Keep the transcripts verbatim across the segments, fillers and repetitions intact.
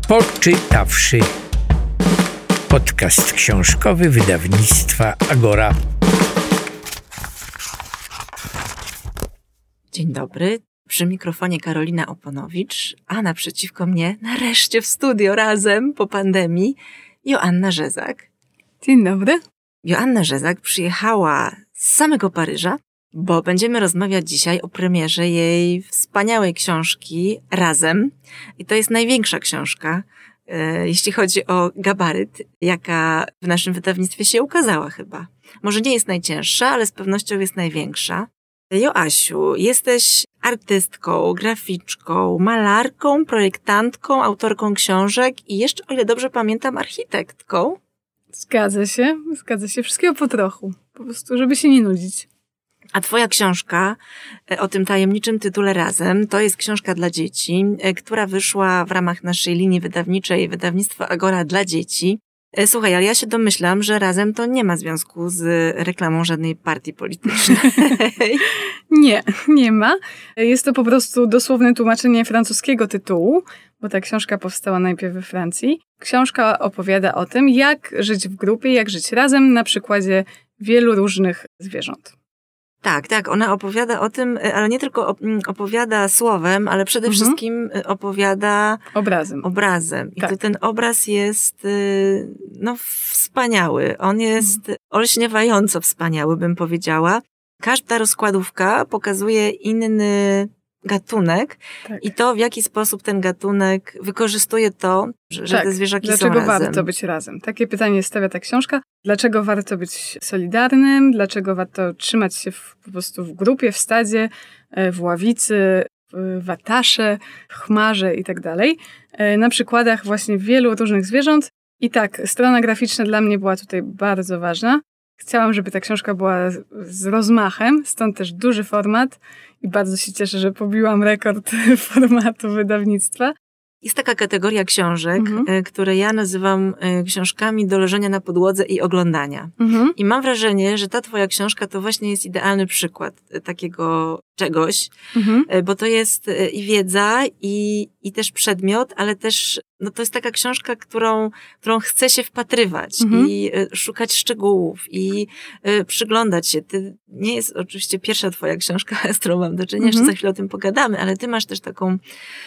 Poczytawszy. Podcast książkowy wydawnictwa Agora. Dzień dobry, przy mikrofonie Karolina Oponowicz, a naprzeciwko mnie, nareszcie w studio razem po pandemii, Joanna Rzezak. Dzień dobry. Joanna Rzezak przyjechała z samego Paryża, bo będziemy rozmawiać dzisiaj o premierze jej wspaniałej książki Razem. I to jest największa książka, e, jeśli chodzi o gabaryt, jaka w naszym wydawnictwie się ukazała chyba. Może nie jest najcięższa, ale z pewnością jest największa. Joasiu, jesteś artystką, graficzką, malarką, projektantką, autorką książek i jeszcze, o ile dobrze pamiętam, architektką. Zgadza się, zgadza się. Wszystkiego po trochu. Po prostu, żeby się nie nudzić. A twoja książka o tym tajemniczym tytule Razem to jest książka dla dzieci, która wyszła w ramach naszej linii wydawniczej wydawnictwa Agora dla dzieci. Słuchaj, ale ja się domyślam, że Razem to nie ma związku z reklamą żadnej partii politycznej. Nie, nie ma. Jest to po prostu dosłowne tłumaczenie francuskiego tytułu, bo ta książka powstała najpierw we Francji. Książka opowiada o tym, jak żyć w grupie, jak żyć razem na przykładzie wielu różnych zwierząt. Tak, tak, ona opowiada o tym, ale nie tylko opowiada słowem, ale przede mhm. wszystkim opowiada obrazem. obrazem. I tak. to ten obraz jest no wspaniały. On jest mhm. olśniewająco wspaniały, bym powiedziała. Każda rozkładówka pokazuje inny gatunek tak. i to, w jaki sposób ten gatunek wykorzystuje to, że, że tak. te zwierzaki Dlaczego są razem. Dlaczego warto być razem? Takie pytanie stawia ta książka. Dlaczego warto być solidarnym? Dlaczego warto trzymać się w, po prostu w grupie, w stadzie, w ławicy, w watasze, w chmarze i tak dalej. Na przykładach właśnie wielu różnych zwierząt. I tak, strona graficzna dla mnie była tutaj bardzo ważna. Chciałam, żeby ta książka była z rozmachem, stąd też duży format i bardzo się cieszę, że pobiłam rekord formatu wydawnictwa. Jest taka kategoria książek, mhm. które ja nazywam książkami do leżenia na podłodze i oglądania. Mhm. I mam wrażenie, że ta twoja książka to właśnie jest idealny przykład takiego czegoś, mhm. bo to jest i wiedza, i, i też przedmiot, ale też no to jest taka książka, którą, którą chce się wpatrywać mhm. i szukać szczegółów i y, przyglądać się. Ty, nie jest oczywiście pierwsza twoja książka, z którą mam do czynienia, mhm. jeszcze za chwilę o tym pogadamy, ale ty masz też taką,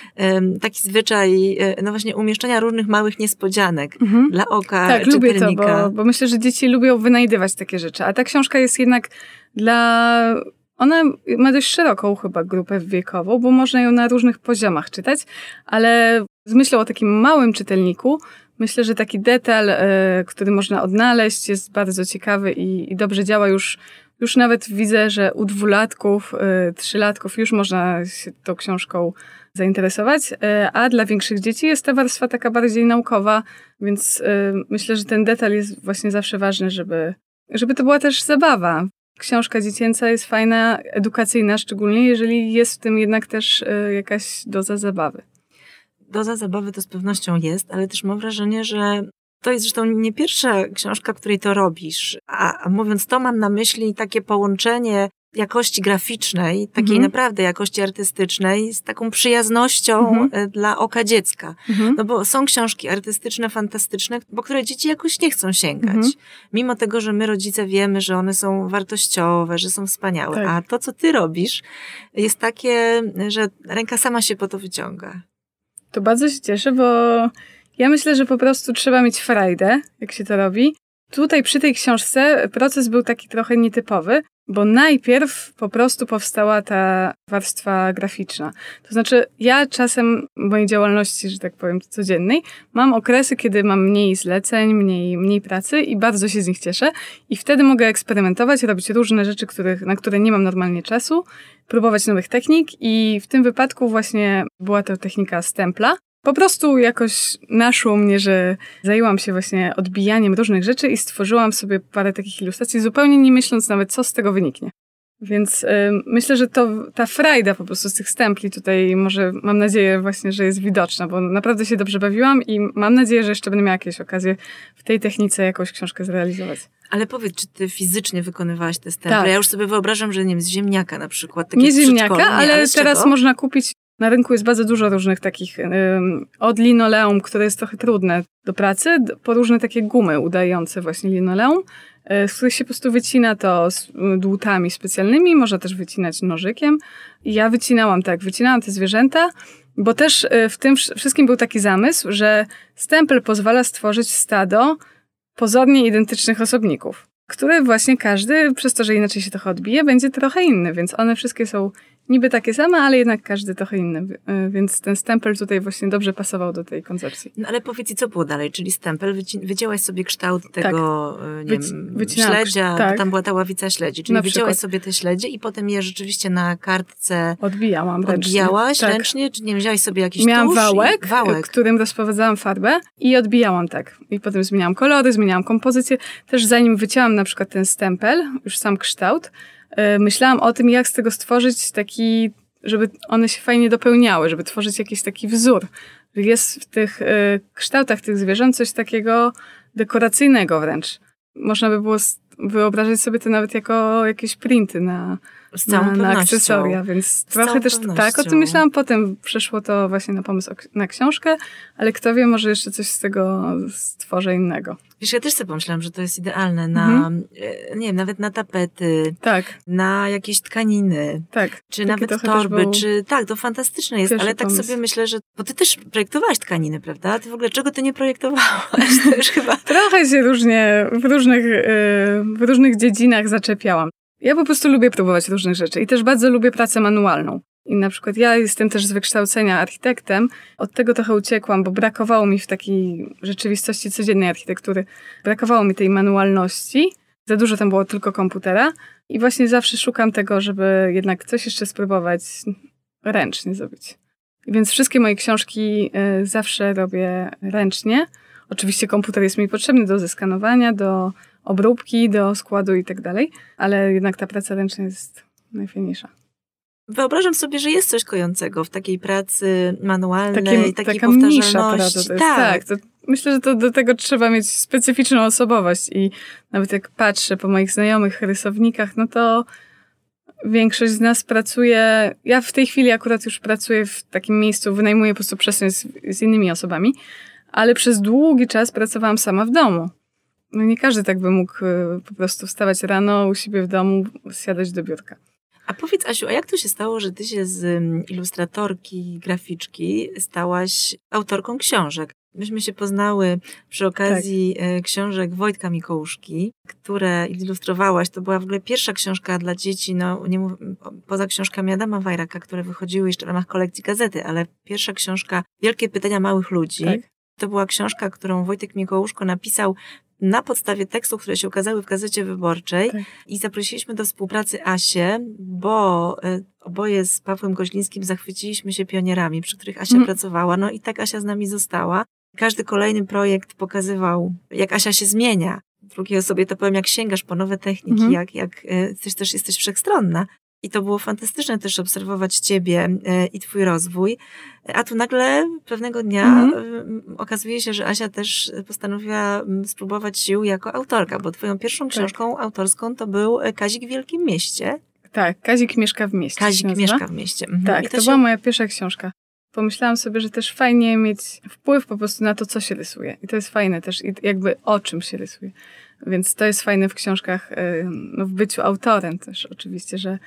y, taki zwyczaj, y, no właśnie umieszczania różnych małych niespodzianek mhm. dla oka tak, czytelnika. Lubię to, bo, bo myślę, że dzieci lubią wynajdywać takie rzeczy, a ta książka jest jednak dla... Ona ma dość szeroką chyba grupę wiekową, bo można ją na różnych poziomach czytać, ale z myślą o takim małym czytelniku, myślę, że taki detal, y, który można odnaleźć, jest bardzo ciekawy i, i dobrze działa. Już, już nawet widzę, że u dwulatków, y, trzylatków już można się tą książką zainteresować, y, a dla większych dzieci jest ta warstwa taka bardziej naukowa, więc y, myślę, że ten detal jest właśnie zawsze ważny, żeby, żeby to była też zabawa. Książka dziecięca jest fajna, edukacyjna, szczególnie jeżeli jest w tym jednak też y, jakaś doza zabawy. Doza zabawy to z pewnością jest, ale też mam wrażenie, że to jest zresztą nie pierwsza książka, w której to robisz. A, a mówiąc to, mam na myśli takie połączenie jakości graficznej, takiej mhm. naprawdę jakości artystycznej z taką przyjaznością mhm. dla oka dziecka. Mhm. No bo są książki artystyczne, fantastyczne, po które dzieci jakoś nie chcą sięgać. Mhm. Mimo tego, że my rodzice wiemy, że one są wartościowe, że są wspaniałe. Tak. A to, co ty robisz, jest takie, że ręka sama się po to wyciąga. To bardzo się cieszę, bo ja myślę, że po prostu trzeba mieć frajdę, jak się to robi. Tutaj przy tej książce proces był taki trochę nietypowy, bo najpierw po prostu powstała ta warstwa graficzna. To znaczy ja czasem w mojej działalności, że tak powiem, codziennej, mam okresy, kiedy mam mniej zleceń, mniej, mniej pracy i bardzo się z nich cieszę. I wtedy mogę eksperymentować, robić różne rzeczy, których, na które nie mam normalnie czasu, próbować nowych technik i w tym wypadku właśnie była to technika stempla. Po prostu jakoś naszło mnie, że zajęłam się właśnie odbijaniem różnych rzeczy i stworzyłam sobie parę takich ilustracji, zupełnie nie myśląc nawet, co z tego wyniknie. Więc y, myślę, że to ta frajda po prostu z tych stempli tutaj może, mam nadzieję właśnie, że jest widoczna, bo naprawdę się dobrze bawiłam i mam nadzieję, że jeszcze będę miała jakieś okazje w tej technice jakąś książkę zrealizować. Ale powiedz, czy ty fizycznie wykonywałaś te stemple? Tak. Ja już sobie wyobrażam, że nie wiem, z ziemniaka na przykład. Takie nie z ziemniaka, nie, ale, ale teraz czego? Można kupić Na rynku jest bardzo dużo różnych takich, od linoleum, które jest trochę trudne do pracy, po różne takie gumy udające właśnie linoleum, z których się po prostu wycina to z dłutami specjalnymi, można też wycinać nożykiem. I ja wycinałam tak, wycinałam te zwierzęta, bo też w tym wszystkim był taki zamysł, że stempel pozwala stworzyć stado pozornie identycznych osobników, które właśnie każdy, przez to, że inaczej się trochę odbije, będzie trochę inny, więc one wszystkie są niby takie same, ale jednak każdy trochę inny, więc ten stempel tutaj właśnie dobrze pasował do tej koncepcji. No ale powiedz, i co było dalej? Czyli stempel, wyci- wycięłaś sobie kształt tego, tak. nie Wyci- wiem, śledzia, tak. bo tam była ta ławica śledzi, czyli Na wycięłaś przykład. sobie te śledzie i potem je rzeczywiście na kartce odbijałam ręcznie. Odbijałaś tak. ręcznie, czy nie wzięłaś sobie jakiś Miałam tusz wałek, i wałek, którym rozprowadzałam farbę i odbijałam tak. I potem zmieniałam kolory, zmieniałam kompozycję. Też zanim wycięłam na przykład ten stempel, już sam kształt, myślałam o tym, jak z tego stworzyć taki, żeby one się fajnie dopełniały, żeby tworzyć jakiś taki wzór. Jest w tych y, kształtach tych zwierząt coś takiego dekoracyjnego wręcz. Można by było wyobrazić sobie to nawet jako jakieś printy na, z całą na, na pewnością. akcesoria, więc Z trochę też pewnością. tak o tym myślałam. Potem przeszło to właśnie na pomysł na książkę, ale kto wie, może jeszcze coś z tego stworzę innego. Wiesz, ja też sobie pomyślałam, że to jest idealne na, Mhm. nie wiem, nawet na tapety, Tak, na jakieś tkaniny, tak. czy Taki nawet trochę też torby, był czy tak, to fantastyczne jest, pierwszy ale tak pomysł. sobie myślę, że, bo ty też projektowałaś tkaniny, prawda? Ty w ogóle czego ty nie projektowałaś? To już chyba... Trochę się różnie w różnych, yy, w różnych dziedzinach zaczepiałam. Ja po prostu lubię próbować różnych rzeczy i też bardzo lubię pracę manualną. I na przykład ja jestem też z wykształcenia architektem. Od tego trochę uciekłam, bo brakowało mi w takiej rzeczywistości codziennej architektury, brakowało mi tej manualności. Za dużo tam było tylko komputera. I właśnie zawsze szukam tego, żeby jednak coś jeszcze spróbować ręcznie zrobić. Więc wszystkie moje książki y, zawsze robię ręcznie. Oczywiście komputer jest mi potrzebny do zeskanowania, do obróbki, do składu i tak dalej, ale jednak ta praca ręczna jest najfajniejsza. Wyobrażam sobie, że jest coś kojącego w takiej pracy manualnej, Takie, takiej taka mniejsza powtarzalności. praca to jest. Tak. Tak, to myślę, że to do tego trzeba mieć specyficzną osobowość i nawet jak patrzę po moich znajomych rysownikach, no to większość z nas pracuje, ja w tej chwili akurat już pracuję w takim miejscu, wynajmuję po prostu przestrzeń z, z innymi osobami, ale przez długi czas pracowałam sama w domu. No nie każdy tak by mógł po prostu wstawać rano u siebie w domu, siadać do biurka. A powiedz, Asiu, a jak to się stało, że ty się z ilustratorki, graficzki stałaś autorką książek? Myśmy się poznały przy okazji tak. książek Wojtka Mikołuszki, które ilustrowałaś. To była w ogóle pierwsza książka dla dzieci, no nie mów, poza książkami Adama Wajraka, które wychodziły jeszcze w ramach kolekcji Gazety, ale pierwsza książka Wielkie pytania małych ludzi. Tak. To była książka, którą Wojtek Mikołuszko napisał na podstawie tekstów, które się ukazały w Gazecie Wyborczej tak. i zaprosiliśmy do współpracy Asię, bo oboje z Pawłem Koźlińskim zachwyciliśmy się pionierami, przy których Asia mm. pracowała, no i tak Asia z nami została. Każdy kolejny projekt pokazywał, jak Asia się zmienia. Drugiej osobie to powiem, jak sięgasz po nowe techniki, mm. jak, jak też, też jesteś wszechstronna. I to było fantastyczne też obserwować ciebie i twój rozwój. A tu nagle pewnego dnia mm. okazuje się, że Asia też postanowiła spróbować sił jako autorka, bo twoją pierwszą książką tak. autorską to był Kazik w Wielkim Mieście. Tak, Kazik mieszka w mieście. Kazik mieszka w mieście. Mhm. Tak, to, to się... była moja pierwsza książka. Pomyślałam sobie, że też fajnie mieć wpływ po prostu na to, co się rysuje. I to jest fajne też, jakby o czym się rysuje. Więc to jest fajne w książkach, no w byciu autorem też oczywiście, że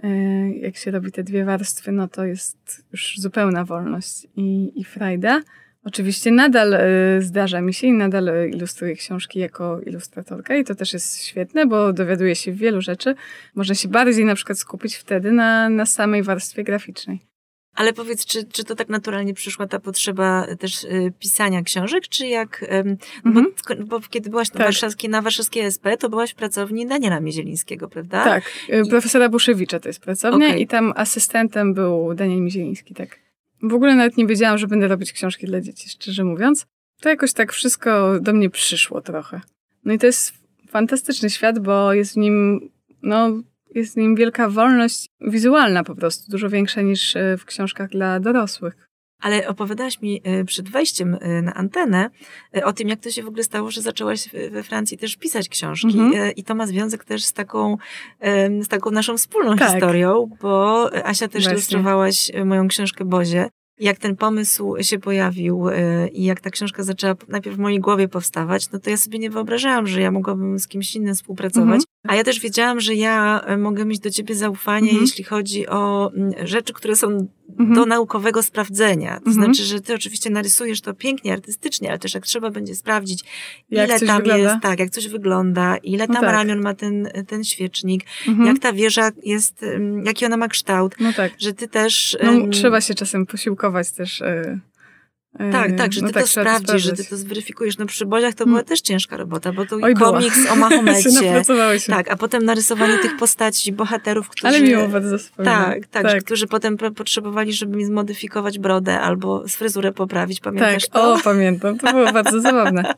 jak się robi te dwie warstwy, no to jest już zupełna wolność i, i frajda. Oczywiście nadal zdarza mi się i nadal ilustruję książki jako ilustratorka i to też jest świetne, bo dowiaduję się wielu rzeczy. Można się bardziej na przykład skupić wtedy na, na samej warstwie graficznej. Ale powiedz, czy, czy to tak naturalnie przyszła ta potrzeba też y, pisania książek, czy jak... Y, mm-hmm. bo, bo kiedy byłaś na, tak. warszawskiej, na warszawskiej S P, to byłaś w pracowni Daniela Miezielińskiego, prawda? Tak, I... profesora Buszewicza to jest pracownia okay. i tam asystentem był Daniel Miezieliński, tak. W ogóle nawet nie wiedziałam, że będę robić książki dla dzieci, szczerze mówiąc. To jakoś tak wszystko do mnie przyszło trochę. No i to jest fantastyczny świat, bo jest w nim, no... Jest w nim wielka wolność wizualna po prostu, dużo większa niż w książkach dla dorosłych. Ale opowiadałaś mi przed wejściem na antenę o tym, jak to się w ogóle stało, że zaczęłaś we Francji też pisać książki. Mhm. I to ma związek też z taką, z taką naszą wspólną tak. historią, bo Asia też ilustrowałaś moją książkę Bozie. Jak ten pomysł się pojawił i jak ta książka zaczęła najpierw w mojej głowie powstawać, no to ja sobie nie wyobrażałam, że ja mogłabym z kimś innym współpracować. Mhm. A ja też wiedziałam, że ja mogę mieć do ciebie zaufanie, mhm. jeśli chodzi o rzeczy, które są mhm. do naukowego sprawdzenia. To mhm. znaczy, że ty oczywiście narysujesz to pięknie, artystycznie, ale też jak trzeba będzie sprawdzić, jak ile tam wygląda. jest, tak, jak coś wygląda, ile tam no tak. ramion ma ten, ten świecznik, mhm. jak ta wieża jest, jaki ona ma kształt, no tak. że ty też... No, um, trzeba się czasem posiłkować też... Yy... Tak, tak, że ty no to tak, sprawdzisz, że ty to zweryfikujesz. No przy Boziach to była hmm. też ciężka robota, bo to Oj, komiks była. O Mahomecie. się. Tak, a potem narysowanie tych postaci, bohaterów, którzy... Ale miło bardzo wspominam. Tak, tak, tak. Że, którzy potem potrzebowali, żeby mi zmodyfikować brodę albo z fryzurę poprawić. Pamiętasz tak, to? o, pamiętam. To było bardzo zabawne.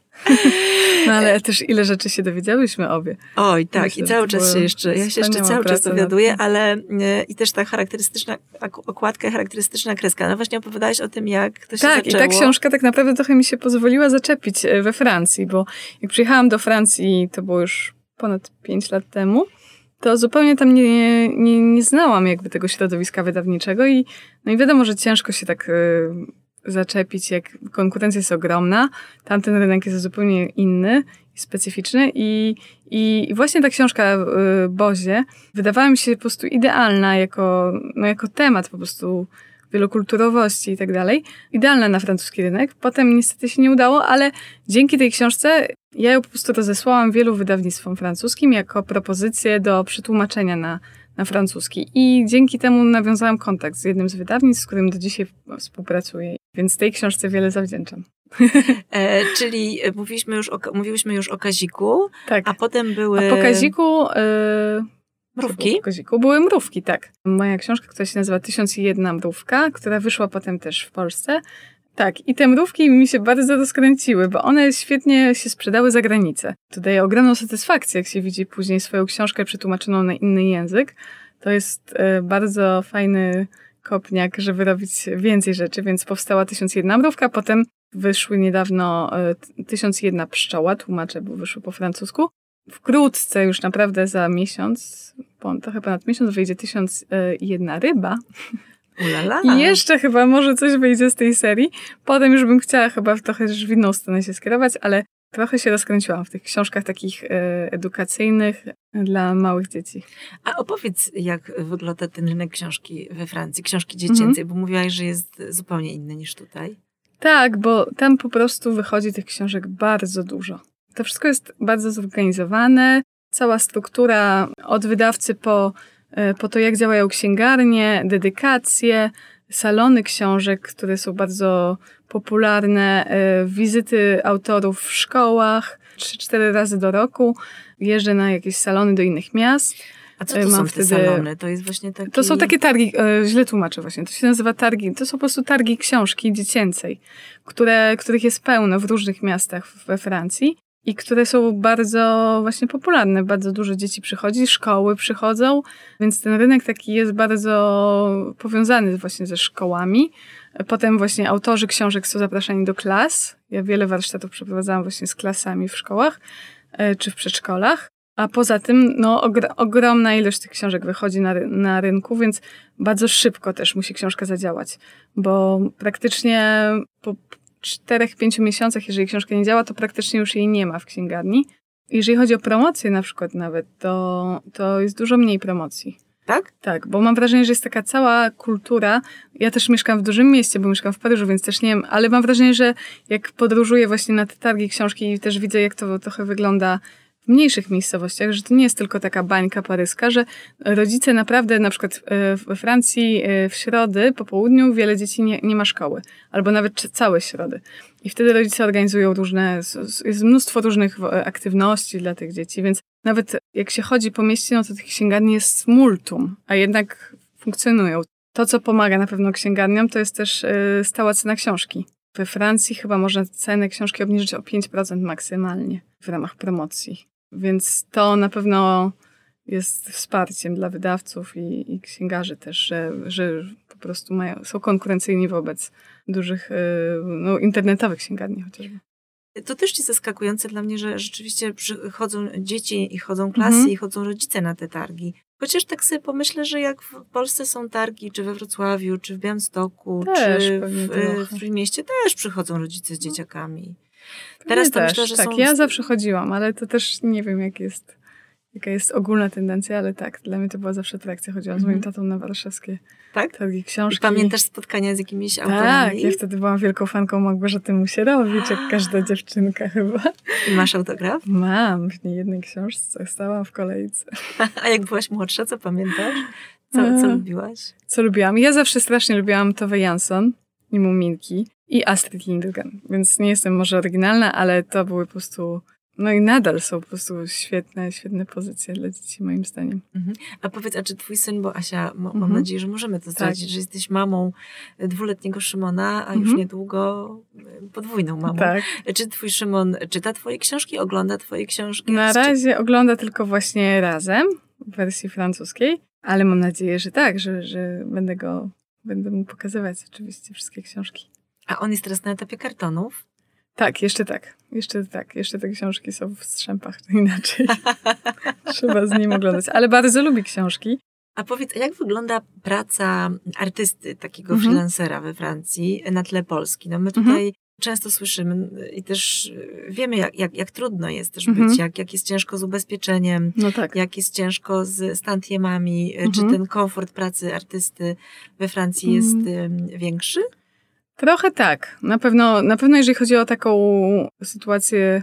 No ale też ile rzeczy się dowiedziałyśmy obie. Oj, tak. Myślę, i cały czas się jeszcze, ja się jeszcze cały czas dowiaduję, ale e, i też ta charakterystyczna okładka, charakterystyczna kreska. No właśnie opowiadałaś o tym, jak to się tak, zaczęło. Tak, i ta książka tak naprawdę trochę mi się pozwoliła zaczepić we Francji, bo jak przyjechałam do Francji, to było już ponad pięć lat temu, to zupełnie tam nie, nie, nie znałam jakby tego środowiska wydawniczego i no i wiadomo, że ciężko się tak y, zaczepić, jak konkurencja jest ogromna, tamten rynek jest zupełnie inny i specyficzny i, i właśnie ta książka y, Bozie wydawała mi się po prostu idealna jako, no, jako temat po prostu wielokulturowości i tak dalej. Idealna na francuski rynek. Potem niestety się nie udało, ale dzięki tej książce ja ją po prostu rozesłałam wielu wydawnictwom francuskim jako propozycję do przetłumaczenia na, na francuski. I dzięki temu nawiązałam kontakt z jednym z wydawnictw, z którym do dzisiaj współpracuję. Więc tej książce wiele zawdzięczam. E, czyli mówiliśmy już o, mówiłyśmy już o Kaziku, tak. a potem były... A po Kaziku... Yy... Mrówki? Po Kaziku były mrówki, tak. Moja książka, która się nazywa Tysiąc i jedna mrówka, która wyszła potem też w Polsce. Tak, i te mrówki mi się bardzo rozkręciły, bo one świetnie się sprzedały za granicę. To daje ogromną satysfakcję, jak się widzi później swoją książkę przetłumaczoną na inny język. To jest y, bardzo fajny kopniak, żeby robić więcej rzeczy, więc powstała Tysiąc i jedna mrówka, potem wyszły niedawno y, Tysiąc i jedna pszczoła, tłumaczę, bo wyszły po francusku. Wkrótce, już naprawdę za miesiąc, trochę ponad miesiąc, wyjdzie Tysiąc i jedna ryba. Ulala. I jeszcze chyba może coś wyjdzie z tej serii. Potem już bym chciała chyba trochę w inną stronę się skierować, ale trochę się rozkręciłam w tych książkach takich edukacyjnych dla małych dzieci. A opowiedz, jak wygląda ten rynek książki we Francji, książki dziecięcej, mm-hmm. bo mówiłaś, że jest zupełnie inny niż tutaj. Tak, bo tam po prostu wychodzi tych książek bardzo dużo. To wszystko jest bardzo zorganizowane. Cała struktura od wydawcy po, po to, jak działają księgarnie, dedykacje, salony książek, które są bardzo popularne, wizyty autorów w szkołach, trzy cztery razy do roku. Jeżdżę na jakieś salony do innych miast. A co to Mam są te wtedy... salony? To jest właśnie taki... To są takie targi, źle tłumaczę właśnie, to się nazywa targi, to są po prostu targi książki dziecięcej, które, których jest pełno w różnych miastach we Francji. I które są bardzo właśnie popularne. Bardzo dużo dzieci przychodzi, szkoły przychodzą, więc ten rynek taki jest bardzo powiązany właśnie ze szkołami. Potem właśnie autorzy książek są zapraszani do klas. Ja wiele warsztatów przeprowadzałam właśnie z klasami w szkołach czy w przedszkolach. A poza tym no, ogr- ogromna ilość tych książek wychodzi na, ry- na rynku, więc bardzo szybko też musi książka zadziałać. Bo praktycznie po czterech, pięciu miesiącach, jeżeli książka nie działa, to praktycznie już jej nie ma w księgarni. Jeżeli chodzi o promocję na przykład nawet, to, to jest dużo mniej promocji. Tak? Tak, bo mam wrażenie, że jest taka cała kultura. Ja też mieszkam w dużym mieście, bo mieszkam w Paryżu, więc też nie wiem, ale mam wrażenie, że jak podróżuję właśnie na te targi książki i też widzę, jak to trochę wygląda w mniejszych miejscowościach, że to nie jest tylko taka bańka paryska, że rodzice naprawdę, na przykład we Francji w środy po południu wiele dzieci nie, nie ma szkoły, albo nawet całe środy. I wtedy rodzice organizują różne, jest mnóstwo różnych aktywności dla tych dzieci, więc nawet jak się chodzi po mieście, no to tych księgarni jest multum, a jednak funkcjonują. To, co pomaga na pewno księgarniom, to jest też stała cena książki. We Francji chyba można cenę książki obniżyć o pięć procent maksymalnie w ramach promocji. Więc to na pewno jest wsparciem dla wydawców i, i księgarzy też, że, że po prostu mają, są konkurencyjni wobec dużych no, internetowych księgarni chociażby. To też jest zaskakujące dla mnie, że rzeczywiście przychodzą dzieci i chodzą klasy mhm. i chodzą rodzice na te targi. Chociaż tak sobie pomyślę, że jak w Polsce są targi, czy we Wrocławiu, czy w Białymstoku, też, czy w, w Trójmieście, też przychodzą rodzice z dzieciakami. Pewnie Teraz to też, myślę, że tak, są... ja zawsze chodziłam, ale to też nie wiem, jak jest, jaka jest ogólna tendencja, ale tak, dla mnie to była zawsze atrakcja. Chodziłam mhm. z moim tatą na warszawskie tak? targi książki. I pamiętasz spotkania z jakimiś autorami? Tak, ja wtedy byłam wielką fanką Małgorzaty Musierowicz, jak każda dziewczynka chyba. I masz autograf? Mam, w niejednej książce, stałam w kolejce. A jak byłaś młodsza, co pamiętasz? Co, co lubiłaś? Co lubiłam? Ja zawsze strasznie lubiłam Tove Jansson i Muminki i Astrid Lindgren, więc nie jestem może oryginalna, ale to były po prostu... No i nadal są po prostu świetne, świetne pozycje dla dzieci, moim zdaniem. Mhm. A powiedz, a czy twój syn, bo Asia, m- mhm. mam nadzieję, że możemy to zdradzić, tak. że jesteś mamą dwuletniego Szymona, a już mhm. niedługo podwójną mamą. Tak. Czy twój Szymon czyta twoje książki, ogląda twoje książki? Na razie ogląda tylko właśnie Razem w wersji francuskiej, ale mam nadzieję, że tak, że, że będę go, będę mu pokazywać oczywiście wszystkie książki. A on jest teraz na etapie kartonów? Tak, jeszcze tak. Jeszcze tak. Jeszcze te książki są w strzępach, to inaczej. Trzeba z nim oglądać. Ale bardzo lubi książki. A powiedz, jak wygląda praca artysty, takiego mhm. freelancera we Francji na tle Polski? No my tutaj mhm. często słyszymy i też wiemy, jak, jak, jak trudno jest też mhm. być, jak, jak jest ciężko z ubezpieczeniem, no tak. jak jest ciężko z, z tantiemami, mhm. czy ten komfort pracy artysty we Francji jest mhm. większy? Trochę tak. Na pewno, na pewno jeżeli chodzi o taką sytuację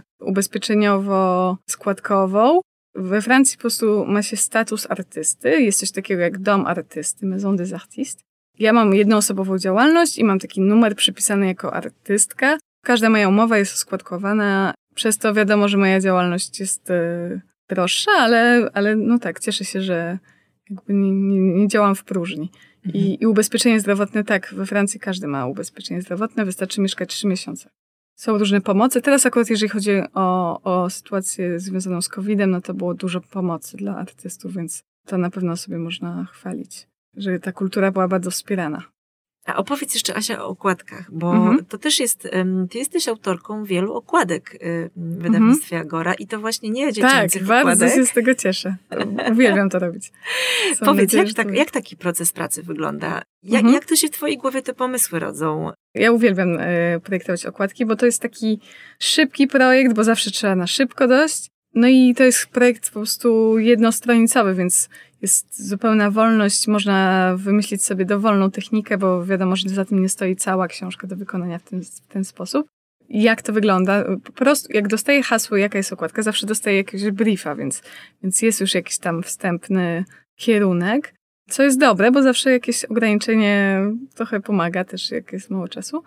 ubezpieczeniowo-składkową, we Francji po prostu ma się status artysty. Jest coś takiego jak dom artysty, Maison des Artistes. Ja mam jednoosobową działalność i mam taki numer przypisany jako artystka. Każda moja umowa jest oskładkowana. Przez to wiadomo, że moja działalność jest y, droższa, ale, ale no tak, cieszę się, że jakby nie, nie, nie działam w próżni. I, I ubezpieczenie zdrowotne, tak, we Francji każdy ma ubezpieczenie zdrowotne, wystarczy mieszkać trzy miesiące. Są różne pomocy. Teraz akurat jeżeli chodzi o, o sytuację związaną z kowidem, no to było dużo pomocy dla artystów, więc to na pewno sobie można chwalić, że ta kultura była bardzo wspierana. A opowiedz jeszcze, Asia, o okładkach, bo mhm. to też jest, ty jesteś autorką wielu okładek w wydawnictwie mhm. Agora i to właśnie nie dziecięcych tak, okładek. Tak, bardzo się z tego cieszę. Uwielbiam to robić. Są Powiedz, nadzieję, jak, tak, jak taki proces pracy wygląda? Jak, mhm. jak to się w twojej głowie te pomysły rodzą? Ja uwielbiam y, projektować okładki, bo to jest taki szybki projekt, bo zawsze trzeba na szybko dość. No i to jest projekt po prostu jednostronicowy, więc jest zupełna wolność. Można wymyślić sobie dowolną technikę, bo wiadomo, że za tym nie stoi cała książka do wykonania w ten, w ten sposób. Jak to wygląda? Po prostu jak dostaję hasło, jaka jest okładka, zawsze dostaję jakiegoś briefa, więc, więc jest już jakiś tam wstępny kierunek, co jest dobre, bo zawsze jakieś ograniczenie trochę pomaga też, jak jest mało czasu.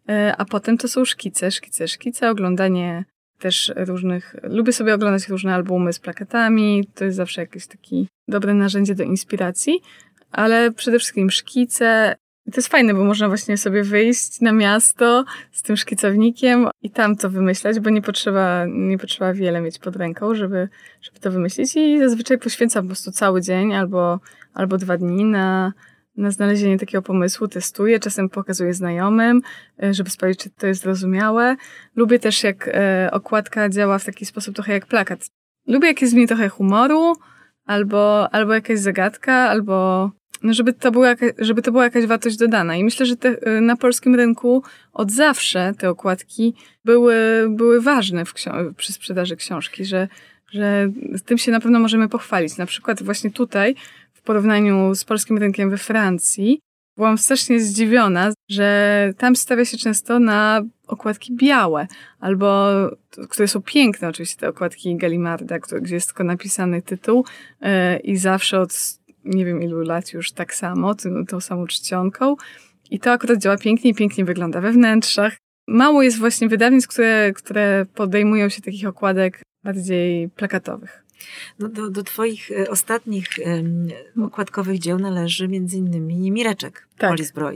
A potem to są szkice, szkice, szkice, oglądanie też różnych, lubię sobie oglądać różne albumy z plakatami, to jest zawsze jakieś takie dobre narzędzie do inspiracji, ale przede wszystkim szkice. I to jest fajne, bo można właśnie sobie wyjść na miasto z tym szkicownikiem i tam to wymyślać, bo nie potrzeba, nie potrzeba wiele mieć pod ręką, żeby, żeby to wymyślić i zazwyczaj poświęcam po prostu cały dzień albo, albo dwa dni na na znalezienie takiego pomysłu, testuję, czasem pokazuję znajomym, żeby sprawdzić, czy to jest zrozumiałe. Lubię też, jak e, okładka działa w taki sposób trochę jak plakat. Lubię, jak jest w niej trochę humoru, albo, albo jakaś zagadka, albo no żeby, to była jaka, żeby to była jakaś wartość dodana. I myślę, że te, na polskim rynku od zawsze te okładki były, były ważne w ksio- przy sprzedaży książki, że, że z tym się na pewno możemy pochwalić. Na przykład właśnie tutaj w porównaniu z polskim rynkiem we Francji byłam strasznie zdziwiona, że tam stawia się często na okładki białe, albo, które są piękne, oczywiście te okładki Gallimarda, gdzie jest tylko napisany tytuł yy, i zawsze od nie wiem ilu lat już tak samo, tą, tą samą czcionką. I to akurat działa pięknie i pięknie wygląda we wnętrzach. Mało jest właśnie wydawnictw, które, które podejmują się takich okładek bardziej plakatowych. No do, do twoich ostatnich um, okładkowych dzieł należy między innymi Mireczek, tak. Oli Zbroi.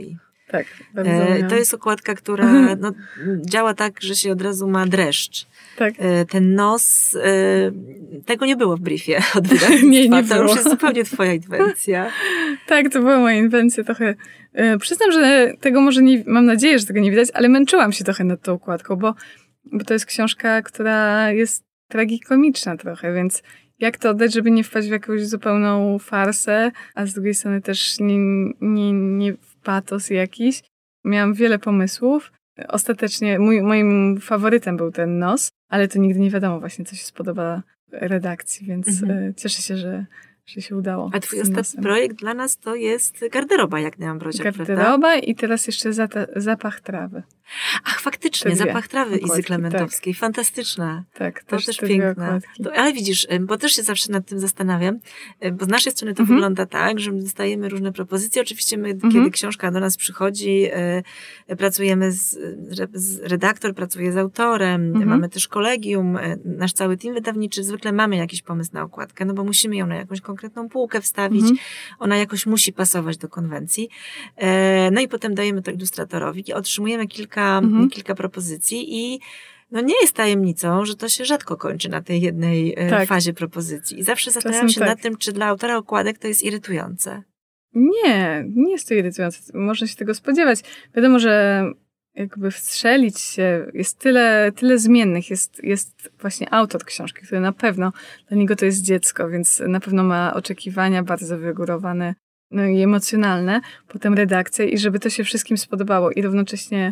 Tak, bardzo e, miałam. To jest okładka, która no, działa tak, że się od razu ma dreszcz. Tak. E, ten nos, e, tego nie było w briefie od wydawnictwa. nie, nie to było. już jest zupełnie twoja inwencja. Tak, to była moja inwencja trochę. E, przyznam, że tego może nie, mam nadzieję, że tego nie widać, ale męczyłam się trochę nad tą okładką, bo, bo to jest książka, która jest tragikomiczna trochę, więc jak to oddać, żeby nie wpaść w jakąś zupełną farsę, a z drugiej strony też nie, nie, nie w patos jakiś. Miałam wiele pomysłów. Ostatecznie mój, moim faworytem był ten nos, ale to nigdy nie wiadomo właśnie, co się spodoba redakcji, więc mhm. cieszę się, że, że się udało. A twój ostatni nosem. Projekt dla nas to jest garderoba, jak nie mam brać. Garderoba prawda? I teraz jeszcze zata, zapach trawy. Ach, faktycznie, zapach trawy okładki, Izy Klementowskiej. Tak. Fantastyczne. Tak, to też, też piękne. To, ale widzisz, bo też się zawsze nad tym zastanawiam, bo z naszej strony to mhm. wygląda tak, że my dostajemy różne propozycje. Oczywiście my, mhm. kiedy książka do nas przychodzi, e, pracujemy z, z redaktor pracuje z autorem, mhm. mamy też kolegium, nasz cały team wydawniczy, zwykle mamy jakiś pomysł na okładkę, no bo musimy ją na jakąś konkretną półkę wstawić, mhm. ona jakoś musi pasować do konwencji. E, no i potem dajemy to ilustratorowi i otrzymujemy kilka Mhm. kilka propozycji i no nie jest tajemnicą, że to się rzadko kończy na tej jednej tak. fazie propozycji. I zawsze zastanawiam się tak. nad tym, czy dla autora okładek to jest irytujące. Nie, nie jest to irytujące. Można się tego spodziewać. Wiadomo, że jakby wstrzelić się, jest tyle, tyle zmiennych. Jest, jest właśnie autor książki, który na pewno, dla niego to jest dziecko, więc na pewno ma oczekiwania bardzo wygórowane, no i emocjonalne. Potem redakcja i żeby to się wszystkim spodobało i równocześnie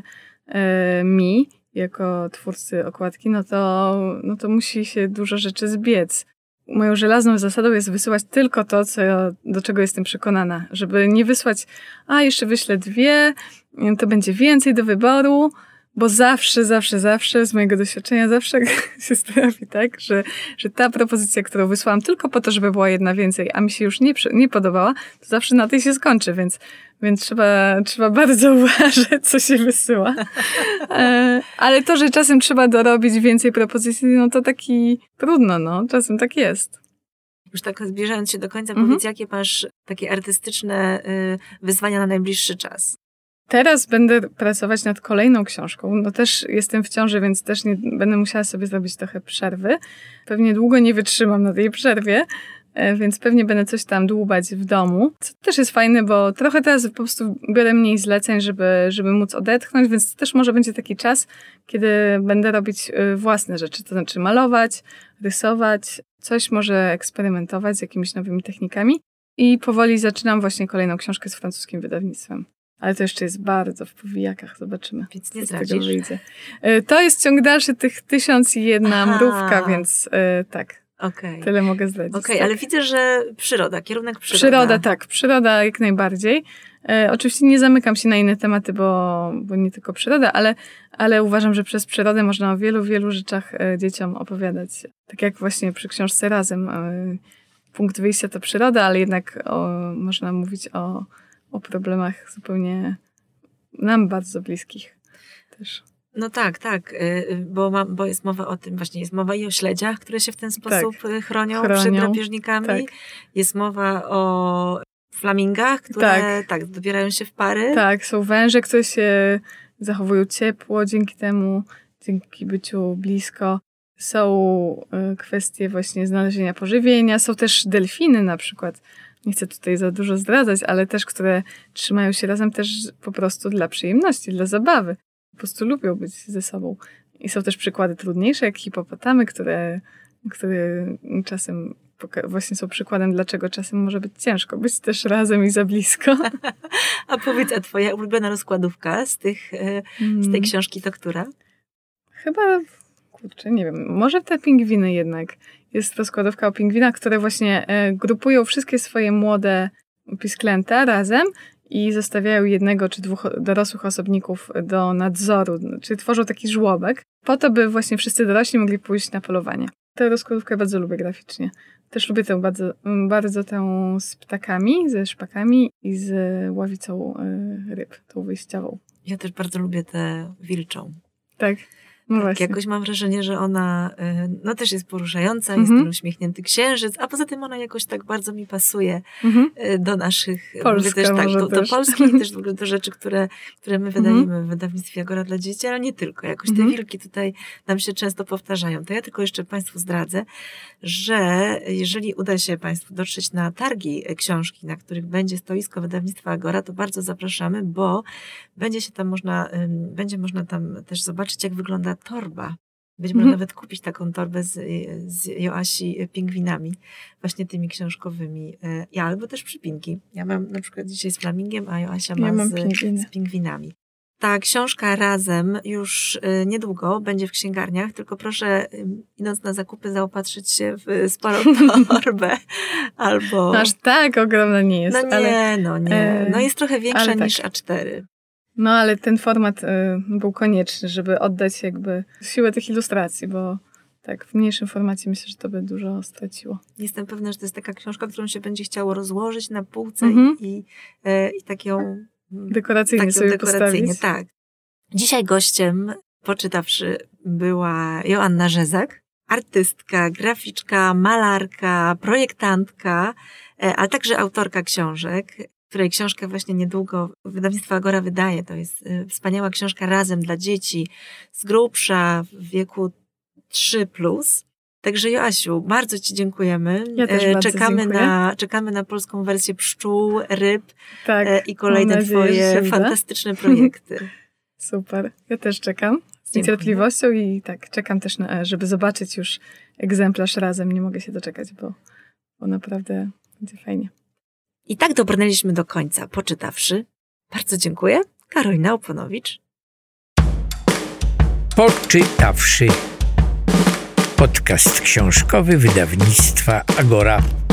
mi, jako twórcy okładki, no to, no to musi się dużo rzeczy zbiec. Moją żelazną zasadą jest wysyłać tylko to, co ja, do czego jestem przekonana. Żeby nie wysłać, a jeszcze wyślę dwie, to będzie więcej do wyboru, bo zawsze, zawsze, zawsze, z mojego doświadczenia, zawsze się trafi tak, że, że ta propozycja, którą wysłałam tylko po to, żeby była jedna więcej, a mi się już nie, nie podobała, to zawsze na tej się skończy, więc, więc trzeba, trzeba bardzo uważać, co się wysyła. E, ale to, że czasem trzeba dorobić więcej propozycji, no to taki trudno, no, czasem tak jest. Już tak zbliżając się do końca, mhm. powiedz, jakie masz takie artystyczne y, wyzwania na najbliższy czas? Teraz będę pracować nad kolejną książką. No też jestem w ciąży, więc też nie, będę musiała sobie zrobić trochę przerwy. Pewnie długo nie wytrzymam na tej przerwie, więc pewnie będę coś tam dłubać w domu. Co też jest fajne, bo trochę teraz po prostu biorę mniej zleceń, żeby, żeby móc odetchnąć, więc to też może będzie taki czas, kiedy będę robić własne rzeczy. To znaczy malować, rysować, coś może eksperymentować z jakimiś nowymi technikami. I powoli zaczynam właśnie kolejną książkę z francuskim wydawnictwem. Ale to jeszcze jest bardzo w powijakach, zobaczymy. Więc nie zdradzisz. Wyjdzie. To jest ciąg dalszy tych tysiąc i jedna Aha. mrówka, więc yy, tak, okay. tyle mogę zdradzić. Okej, okay, tak. ale widzę, że przyroda, kierunek przyroda. Przyroda, tak, przyroda jak najbardziej. Yy, oczywiście nie zamykam się na inne tematy, bo, bo nie tylko przyroda, ale, ale uważam, że przez przyrodę można o wielu, wielu rzeczach yy, dzieciom opowiadać. Tak jak właśnie przy książce Razem. Yy, punkt wyjścia to przyroda, ale jednak o, można mówić o o problemach zupełnie nam bardzo bliskich też. No tak, tak, bo, ma, bo jest mowa o tym, właśnie jest mowa i o śledziach, które się w ten sposób tak, chronią, chronią przed drapieżnikami. Tak. Jest mowa o flamingach, które tak. tak, dobierają się w pary. Tak, są węże, które się zachowują ciepło dzięki temu, dzięki byciu blisko. Są kwestie właśnie znalezienia pożywienia, są też delfiny na przykład. Nie chcę tutaj za dużo zdradzać, ale też, które trzymają się razem też po prostu dla przyjemności, dla zabawy. Po prostu lubią być ze sobą. I są też przykłady trudniejsze, jak hipopotamy, które, które czasem właśnie są przykładem, dlaczego czasem może być ciężko być też razem i za blisko. A powiedz, a twoja ulubiona rozkładówka z, tych, z tej książki to która? Chyba, kurczę, nie wiem, może te pingwiny jednak. Jest rozkładówka o pingwinach, które właśnie grupują wszystkie swoje młode pisklęta razem i zostawiają jednego czy dwóch dorosłych osobników do nadzoru, czyli tworzą taki żłobek, po to, by właśnie wszyscy dorośli mogli pójść na polowanie. Tę rozkładówkę bardzo lubię graficznie. Też lubię tę bardzo, bardzo tę z ptakami, ze szpakami i z ławicą ryb, tą wyjściową. Ja też bardzo lubię tę wilczą. Tak. No tak, jakoś mam wrażenie, że ona no też jest poruszająca, jest mhm. ten uśmiechnięty księżyc, a poza tym ona jakoś tak bardzo mi pasuje mhm. do naszych... Polska też, tak, do, też. do Polski i też w ogóle do rzeczy, które, które my wydajemy mhm. w wydawnictwie Agora dla dzieci, ale nie tylko. Jakoś mhm. te wilki tutaj nam się często powtarzają. To ja tylko jeszcze Państwu zdradzę, że jeżeli uda się Państwu dotrzeć na targi książki, na których będzie stoisko wydawnictwa Agora, to bardzo zapraszamy, bo będzie się tam można, będzie można tam też zobaczyć, jak wygląda torba. Będzie można mhm. nawet kupić taką torbę z, z Joasi pingwinami, właśnie tymi książkowymi. Ja, albo też przypinki. Ja mam na przykład dzisiaj z flamingiem, a Joasia ma ja z, z pingwinami. Ta książka Razem już niedługo będzie w księgarniach, tylko proszę, idąc na zakupy, zaopatrzyć się w sporą torbę. Albo... No aż tak ogromna nie jest. No nie, ale, no nie. No jest trochę większa niż tak. A cztery. No ale ten format y, był konieczny, żeby oddać jakby siłę tych ilustracji, bo tak w mniejszym formacie myślę, że to by dużo straciło. Jestem pewna, że to jest taka książka, którą się będzie chciało rozłożyć na półce mhm. i, y, i tak ją dekoracyjnie sobie dekoracyjnie, postawić. Tak. Dzisiaj gościem, poczytawszy, była Joanna Rzezak, artystka, graficzka, malarka, projektantka, ale także autorka książek, której książkę właśnie niedługo wydawnictwo Agora wydaje. To jest wspaniała książka Razem dla dzieci z grubsza w wieku trzy plus. Także Joasiu, bardzo Ci dziękujemy. Ja też bardzo czekamy dziękuję. na Czekamy na polską wersję Pszczół, Ryb tak, i kolejne nadzieję, Twoje fantastyczne projekty. Super. Ja też czekam z Dziękuję. niecierpliwością i tak czekam też, na, żeby zobaczyć już egzemplarz Razem. Nie mogę się doczekać, bo, bo naprawdę będzie fajnie. I tak dobrnęliśmy do końca, poczytawszy. Bardzo dziękuję. Karolina Oponowicz. Poczytawszy. Podcast książkowy wydawnictwa Agora.